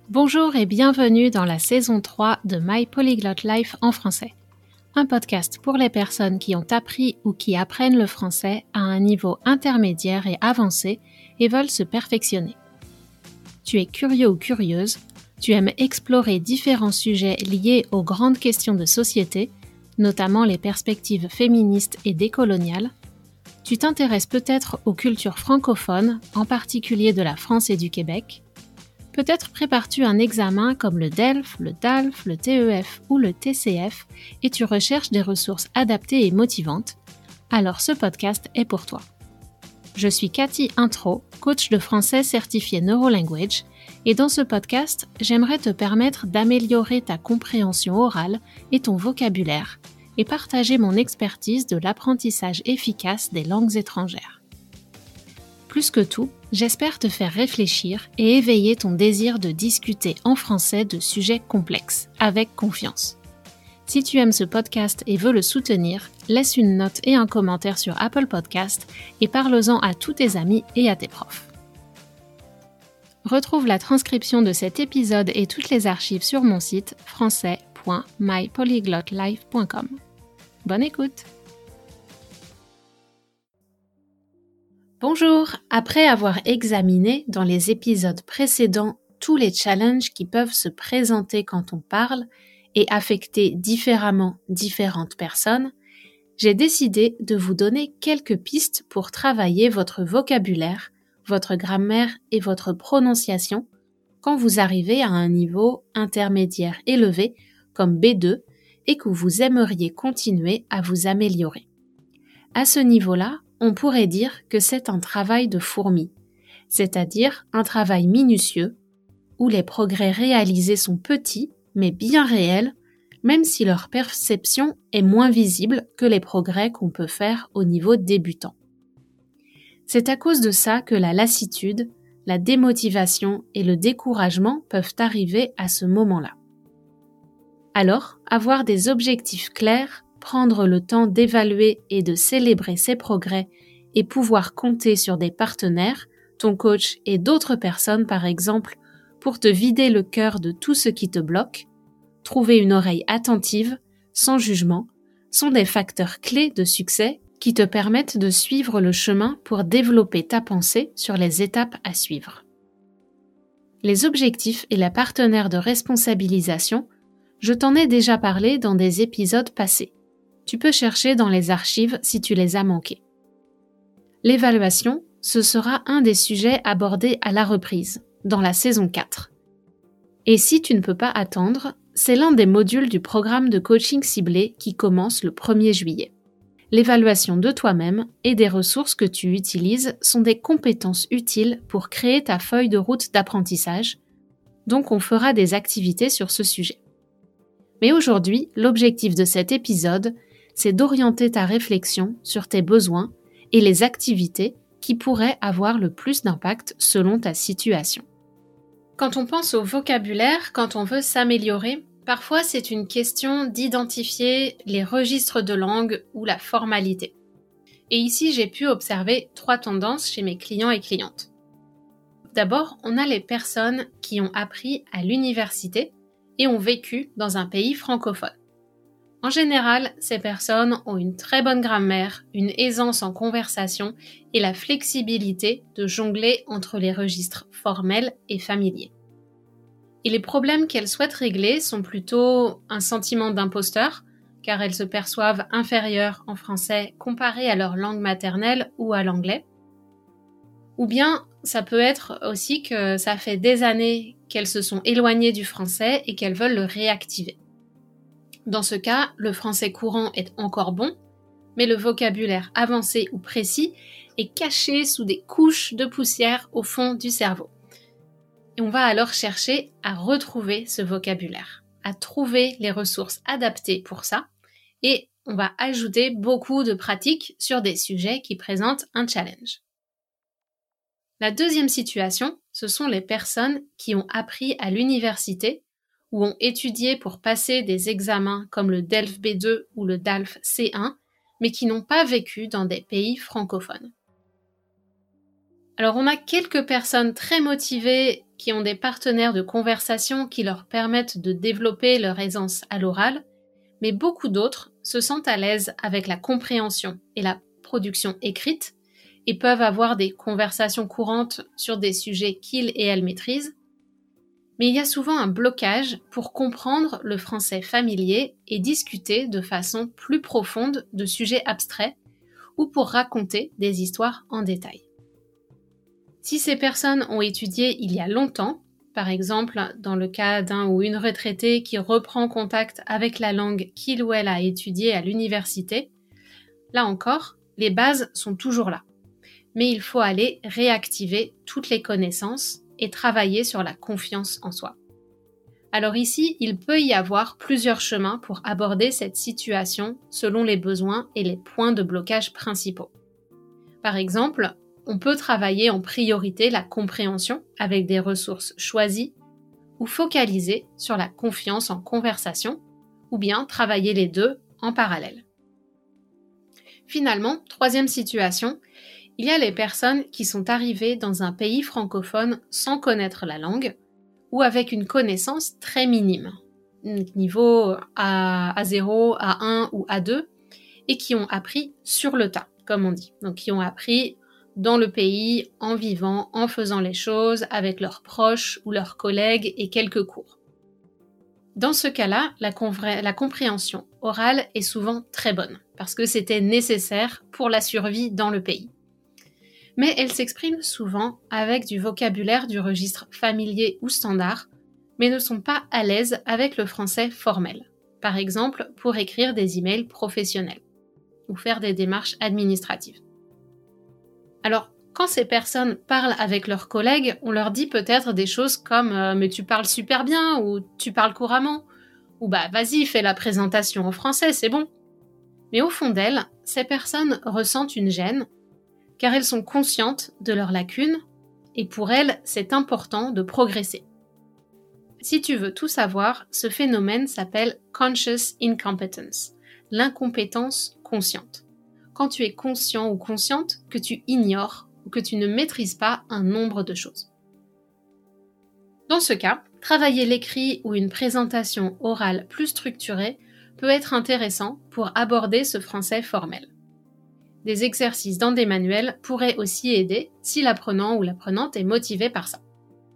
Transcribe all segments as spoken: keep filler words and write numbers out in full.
Bonjour et bienvenue dans la saison trois de My Polyglot Life en français. Un podcast pour les personnes qui ont appris ou qui apprennent le français à un niveau intermédiaire et avancé et veulent se perfectionner. Tu es curieux ou curieuse, tu aimes explorer différents sujets liés aux grandes questions de société, notamment les perspectives féministes et décoloniales. Tu t'intéresses peut-être aux cultures francophones, en particulier de la France et du Québec. Peut-être prépares-tu un examen comme le D E L F, le D A L F, le T E F ou le T C F et tu recherches des ressources adaptées et motivantes. Alors ce podcast est pour toi. Je suis Cathy Intro, coach de français certifié Neurolanguage, et dans ce podcast, j'aimerais te permettre d'améliorer ta compréhension orale et ton vocabulaire et partager mon expertise de l'apprentissage efficace des langues étrangères. Plus que tout, j'espère te faire réfléchir et éveiller ton désir de discuter en français de sujets complexes, avec confiance. Si tu aimes ce podcast et veux le soutenir, laisse une note et un commentaire sur Apple Podcast et parle-en à tous tes amis et à tes profs. Retrouve la transcription de cet épisode et toutes les archives sur mon site français point my polyglot life point com. Bonne écoute! Bonjour! Après avoir examiné dans les épisodes précédents tous les challenges qui peuvent se présenter quand on parle et affecter différemment différentes personnes, j'ai décidé de vous donner quelques pistes pour travailler votre vocabulaire, votre grammaire et votre prononciation quand vous arrivez à un niveau intermédiaire élevé comme B deux et que vous aimeriez continuer à vous améliorer. À ce niveau-là, on pourrait dire que c'est un travail de fourmi, c'est-à-dire un travail minutieux où les progrès réalisés sont petits mais bien réels, même si leur perception est moins visible que les progrès qu'on peut faire au niveau débutant. C'est à cause de ça que la lassitude, la démotivation et le découragement peuvent arriver à ce moment-là. Alors, avoir des objectifs clairs, prendre le temps d'évaluer et de célébrer ses progrès et pouvoir compter sur des partenaires, ton coach et d'autres personnes par exemple, pour te vider le cœur de tout ce qui te bloque, trouver une oreille attentive, sans jugement, sont des facteurs clés de succès qui te permettent de suivre le chemin pour développer ta pensée sur les étapes à suivre. Les objectifs et les partenaires de responsabilisation, je t'en ai déjà parlé dans des épisodes passés. Tu peux chercher dans les archives si tu les as manqués. L'évaluation, ce sera un des sujets abordés à la reprise, dans la saison quatre. Et si tu ne peux pas attendre, c'est l'un des modules du programme de coaching ciblé qui commence le premier juillet. L'évaluation de toi-même et des ressources que tu utilises sont des compétences utiles pour créer ta feuille de route d'apprentissage, donc on fera des activités sur ce sujet. Mais aujourd'hui, l'objectif de cet épisode, c'est d'orienter ta réflexion sur tes besoins et les activités qui pourraient avoir le plus d'impact selon ta situation. Quand on pense au vocabulaire, quand on veut s'améliorer, parfois c'est une question d'identifier les registres de langue ou la formalité. Et ici, j'ai pu observer trois tendances chez mes clients et clientes. D'abord, on a les personnes qui ont appris à l'université et ont vécu dans un pays francophone. En général, ces personnes ont une très bonne grammaire, une aisance en conversation et la flexibilité de jongler entre les registres formels et familiers. Et les problèmes qu'elles souhaitent régler sont plutôt un sentiment d'imposteur, car elles se perçoivent inférieures en français comparé à leur langue maternelle ou à l'anglais. Ou bien, ça peut être aussi que ça fait des années qu'elles se sont éloignées du français et qu'elles veulent le réactiver. Dans ce cas, le français courant est encore bon, mais le vocabulaire avancé ou précis est caché sous des couches de poussière au fond du cerveau. Et on va alors chercher à retrouver ce vocabulaire, à trouver les ressources adaptées pour ça, et on va ajouter beaucoup de pratiques sur des sujets qui présentent un challenge. La deuxième situation, ce sont les personnes qui ont appris à l'université ou ont étudié pour passer des examens comme le D E L F B deux ou le D A L F C un, mais qui n'ont pas vécu dans des pays francophones. Alors on a quelques personnes très motivées qui ont des partenaires de conversation qui leur permettent de développer leur aisance à l'oral, mais beaucoup d'autres se sentent à l'aise avec la compréhension et la production écrite et peuvent avoir des conversations courantes sur des sujets qu'ils et elles maîtrisent. Mais il y a souvent un blocage pour comprendre le français familier et discuter de façon plus profonde de sujets abstraits ou pour raconter des histoires en détail. Si ces personnes ont étudié il y a longtemps, par exemple dans le cas d'un ou une retraitée qui reprend contact avec la langue qu'il ou elle a étudiée à l'université, là encore, les bases sont toujours là. Mais il faut aller réactiver toutes les connaissances et travailler sur la confiance en soi. Alors ici, il peut y avoir plusieurs chemins pour aborder cette situation selon les besoins et les points de blocage principaux. Par exemple, on peut travailler en priorité la compréhension avec des ressources choisies ou focaliser sur la confiance en conversation ou bien travailler les deux en parallèle. Finalement, troisième situation, il y a les personnes qui sont arrivées dans un pays francophone sans connaître la langue ou avec une connaissance très minime, niveau A, A0, A un ou A deux, et qui ont appris sur le tas, comme on dit. Donc qui ont appris dans le pays, en vivant, en faisant les choses, avec leurs proches ou leurs collègues et quelques cours. Dans ce cas-là, la, convra- la compréhension orale est souvent très bonne, parce que c'était nécessaire pour la survie dans le pays. Mais elle s'exprime souvent avec du vocabulaire du registre familier ou standard, mais ne sont pas à l'aise avec le français formel, par exemple pour écrire des emails professionnels ou faire des démarches administratives. Alors, quand ces personnes parlent avec leurs collègues, on leur dit peut-être des choses comme euh, « mais tu parles super bien » ou « tu parles couramment » ou « bah vas-y, fais la présentation en français, c'est bon ». Mais au fond d'elles, ces personnes ressentent une gêne car elles sont conscientes de leurs lacunes et pour elles, c'est important de progresser. Si tu veux tout savoir, ce phénomène s'appelle « conscious incompetence », l'incompétence consciente. Quand tu es conscient ou consciente que tu ignores ou que tu ne maîtrises pas un nombre de choses. Dans ce cas, travailler l'écrit ou une présentation orale plus structurée peut être intéressant pour aborder ce français formel. Des exercices dans des manuels pourraient aussi aider si l'apprenant ou l'apprenante est motivé par ça.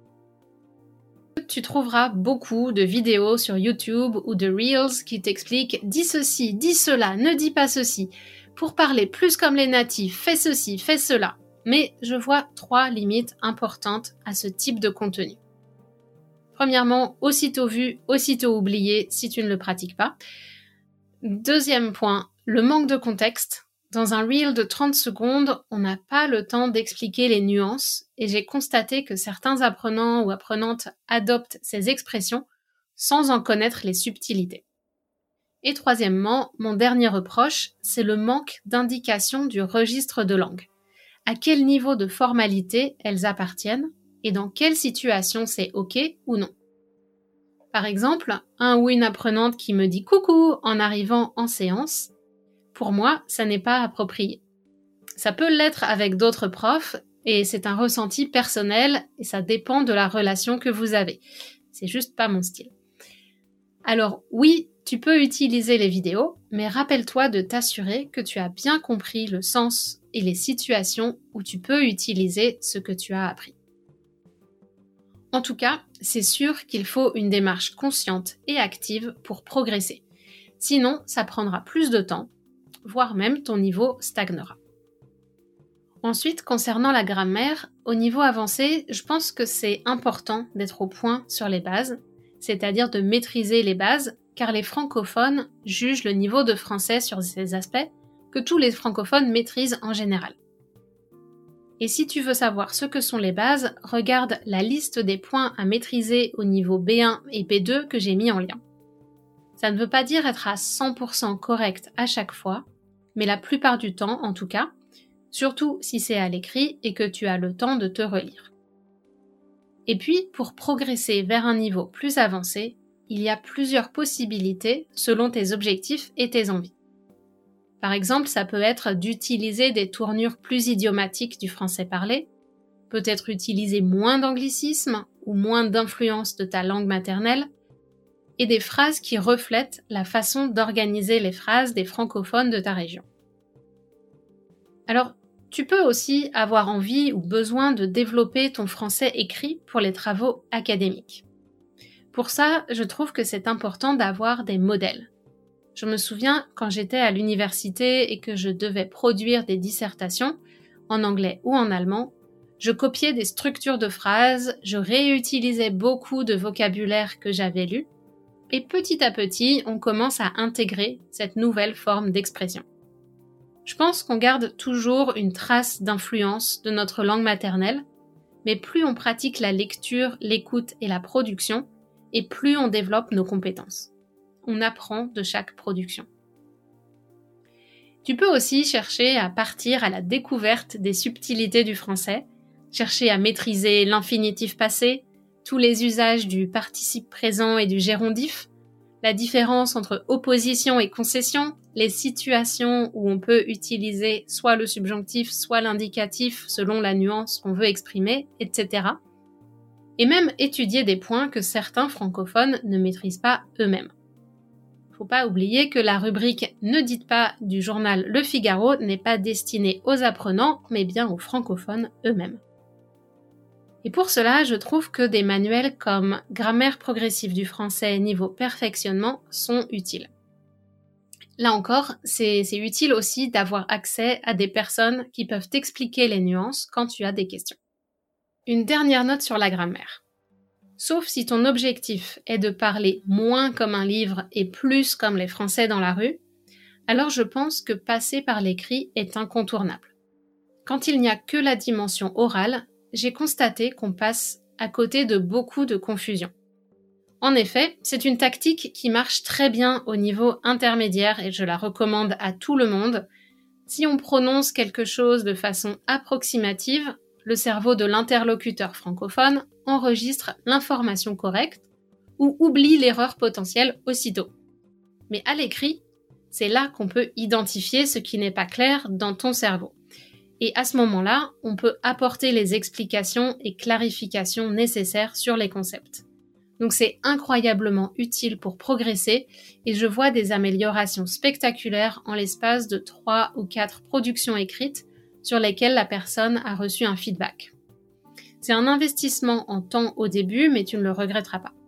Tu trouveras beaucoup de vidéos sur YouTube ou de Reels qui t'expliquent « dis ceci, dis cela, ne dis pas ceci ». Pour parler plus comme les natifs, fais ceci, fais cela. Mais je vois trois limites importantes à ce type de contenu. Premièrement, aussitôt vu, aussitôt oublié si tu ne le pratiques pas. Deuxième point, le manque de contexte. Dans un reel de trente secondes, on n'a pas le temps d'expliquer les nuances et j'ai constaté que certains apprenants ou apprenantes adoptent ces expressions sans en connaître les subtilités. Et troisièmement, mon dernier reproche, c'est le manque d'indication du registre de langue. À quel niveau de formalité elles appartiennent et dans quelle situation c'est OK ou non. Par exemple, un ou une apprenante qui me dit « coucou » en arrivant en séance, pour moi, ça n'est pas approprié. Ça peut l'être avec d'autres profs et c'est un ressenti personnel et ça dépend de la relation que vous avez. C'est juste pas mon style. Alors oui, tu peux utiliser les vidéos, mais rappelle-toi de t'assurer que tu as bien compris le sens et les situations où tu peux utiliser ce que tu as appris. En tout cas, c'est sûr qu'il faut une démarche consciente et active pour progresser. Sinon, ça prendra plus de temps, voire même ton niveau stagnera. Ensuite, concernant la grammaire, au niveau avancé, je pense que c'est important d'être au point sur les bases, c'est-à-dire de maîtriser les bases, car les francophones jugent le niveau de français sur ces aspects que tous les francophones maîtrisent en général. Et si tu veux savoir ce que sont les bases, regarde la liste des points à maîtriser au niveau B un et B deux que j'ai mis en lien. Ça ne veut pas dire être à cent pour cent correct à chaque fois, mais la plupart du temps en tout cas, surtout si c'est à l'écrit et que tu as le temps de te relire. Et puis, pour progresser vers un niveau plus avancé, il y a plusieurs possibilités selon tes objectifs et tes envies. Par exemple, ça peut être d'utiliser des tournures plus idiomatiques du français parlé, peut-être utiliser moins d'anglicismes ou moins d'influence de ta langue maternelle, et des phrases qui reflètent la façon d'organiser les phrases des francophones de ta région. Alors, tu peux aussi avoir envie ou besoin de développer ton français écrit pour les travaux académiques. Pour ça, je trouve que c'est important d'avoir des modèles. Je me souviens quand j'étais à l'université et que je devais produire des dissertations, en anglais ou en allemand, je copiais des structures de phrases, je réutilisais beaucoup de vocabulaire que j'avais lu, et petit à petit, on commence à intégrer cette nouvelle forme d'expression. Je pense qu'on garde toujours une trace d'influence de notre langue maternelle, mais plus on pratique la lecture, l'écoute et la production, et plus on développe nos compétences. On apprend de chaque production. Tu peux aussi chercher à partir à la découverte des subtilités du français, chercher à maîtriser l'infinitif passé, tous les usages du participe présent et du gérondif, la différence entre opposition et concession, les situations où on peut utiliser soit le subjonctif, soit l'indicatif selon la nuance qu'on veut exprimer, et cetera. Et même étudier des points que certains francophones ne maîtrisent pas eux-mêmes. Faut pas oublier que la rubrique « Ne dites pas » du journal Le Figaro n'est pas destinée aux apprenants, mais bien aux francophones eux-mêmes. Et pour cela, je trouve que des manuels comme « Grammaire progressive du français niveau perfectionnement » sont utiles. Là encore, c'est, c'est utile aussi d'avoir accès à des personnes qui peuvent t'expliquer les nuances quand tu as des questions. Une dernière note sur la grammaire. Sauf si ton objectif est de parler moins comme un livre et plus comme les Français dans la rue, alors je pense que passer par l'écrit est incontournable. Quand il n'y a que la dimension orale, j'ai constaté qu'on passe à côté de beaucoup de confusion. En effet, c'est une tactique qui marche très bien au niveau intermédiaire et je la recommande à tout le monde. Si on prononce quelque chose de façon approximative, le cerveau de l'interlocuteur francophone enregistre l'information correcte ou oublie l'erreur potentielle aussitôt. Mais à l'écrit, c'est là qu'on peut identifier ce qui n'est pas clair dans ton cerveau. Et à ce moment-là, on peut apporter les explications et clarifications nécessaires sur les concepts. Donc c'est incroyablement utile pour progresser et je vois des améliorations spectaculaires en l'espace de trois ou quatre productions écrites sur lesquelles la personne a reçu un feedback. C'est un investissement en temps au début, mais tu ne le regretteras pas.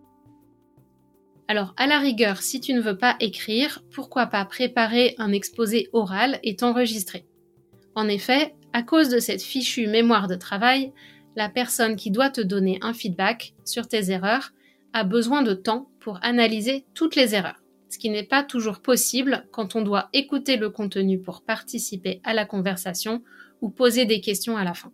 Alors, à la rigueur, si tu ne veux pas écrire, pourquoi pas préparer un exposé oral et t'enregistrer. En effet, à cause de cette fichue mémoire de travail, la personne qui doit te donner un feedback sur tes erreurs a besoin de temps pour analyser toutes les erreurs, ce qui n'est pas toujours possible quand on doit écouter le contenu pour participer à la conversation ou poser des questions à la fin.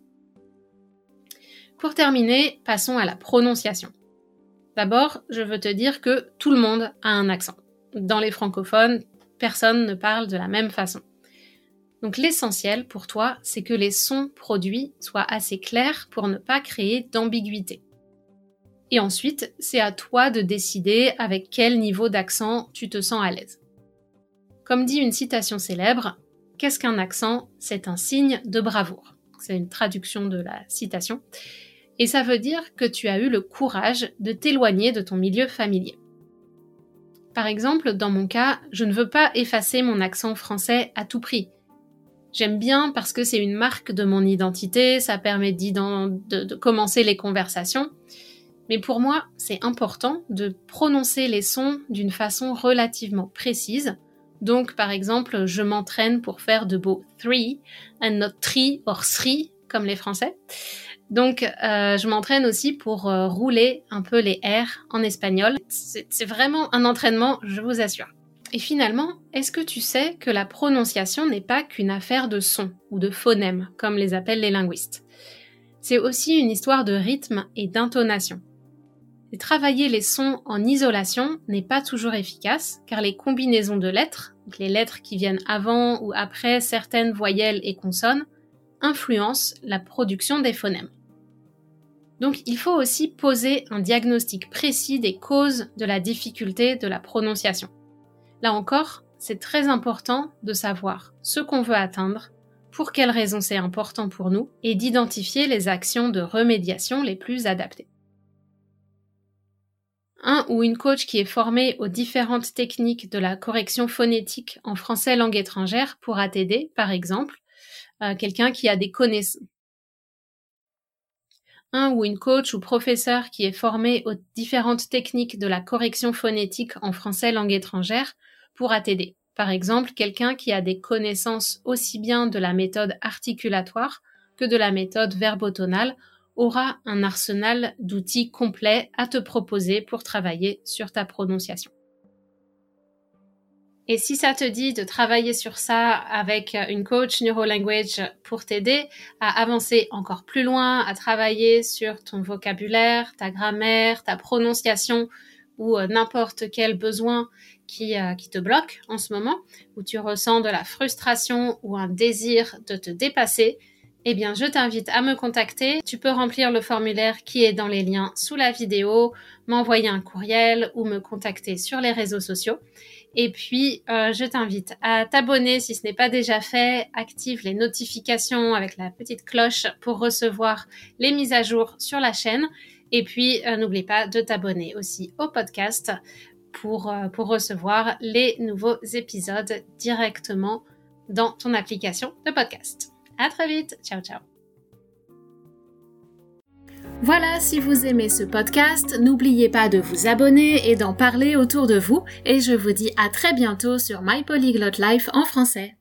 Pour terminer, passons à la prononciation. D'abord, je veux te dire que tout le monde a un accent. Dans les francophones, personne ne parle de la même façon. Donc l'essentiel pour toi, c'est que les sons produits soient assez clairs pour ne pas créer d'ambiguïté. Et ensuite, c'est à toi de décider avec quel niveau d'accent tu te sens à l'aise. Comme dit une citation célèbre, « Qu'est-ce qu'un accent ? C'est un signe de bravoure ». C'est une traduction de la citation. Et ça veut dire que tu as eu le courage de t'éloigner de ton milieu familier. Par exemple, dans mon cas, je ne veux pas effacer mon accent français à tout prix. J'aime bien parce que c'est une marque de mon identité, ça permet de, de commencer les conversations. Mais pour moi, c'est important de prononcer les sons d'une façon relativement précise. Donc, par exemple, je m'entraîne pour faire de beaux three and not three or three, comme les Français. Donc, euh, je m'entraîne aussi pour euh, rouler un peu les R en espagnol. C'est, c'est vraiment un entraînement, je vous assure. Et finalement, est-ce que tu sais que la prononciation n'est pas qu'une affaire de sons ou de phonèmes, comme les appellent les linguistes. C'est aussi une histoire de rythme et d'intonation. Et travailler les sons en isolation n'est pas toujours efficace, car les combinaisons de lettres, donc les lettres qui viennent avant ou après certaines voyelles et consonnes, influencent la production des phonèmes. Donc il faut aussi poser un diagnostic précis des causes de la difficulté de la prononciation. Là encore, c'est très important de savoir ce qu'on veut atteindre pour quelles raisons c'est important pour nous et d'identifier les actions de remédiation les plus adaptées. Un ou une coach qui est formée aux différentes techniques de la correction phonétique en français langue étrangère pourra t'aider, par exemple, euh, quelqu'un qui a des connaissances. Un ou une coach ou professeur qui est formé aux différentes techniques de la correction phonétique en français langue étrangère pourra t'aider. Par exemple, quelqu'un qui a des connaissances aussi bien de la méthode articulatoire que de la méthode verbotonale aura un arsenal d'outils complets à te proposer pour travailler sur ta prononciation. Et si ça te dit de travailler sur ça avec une coach NeuroLanguage pour t'aider à avancer encore plus loin, à travailler sur ton vocabulaire, ta grammaire, ta prononciation ou n'importe quel besoin qui, euh, qui te bloque en ce moment, où tu ressens de la frustration ou un désir de te dépasser, eh bien, je t'invite à me contacter. Tu peux remplir le formulaire qui est dans les liens sous la vidéo, m'envoyer un courriel ou me contacter sur les réseaux sociaux. Et puis, euh, je t'invite à t'abonner si ce n'est pas déjà fait. Active les notifications avec la petite cloche pour recevoir les mises à jour sur la chaîne. Et puis, euh, n'oublie pas de t'abonner aussi au podcast pour, euh, pour recevoir les nouveaux épisodes directement dans ton application de podcast. À très vite. Ciao, ciao. Voilà, si vous aimez ce podcast, n'oubliez pas de vous abonner et d'en parler autour de vous. Et je vous dis à très bientôt sur My Polyglot Life en français.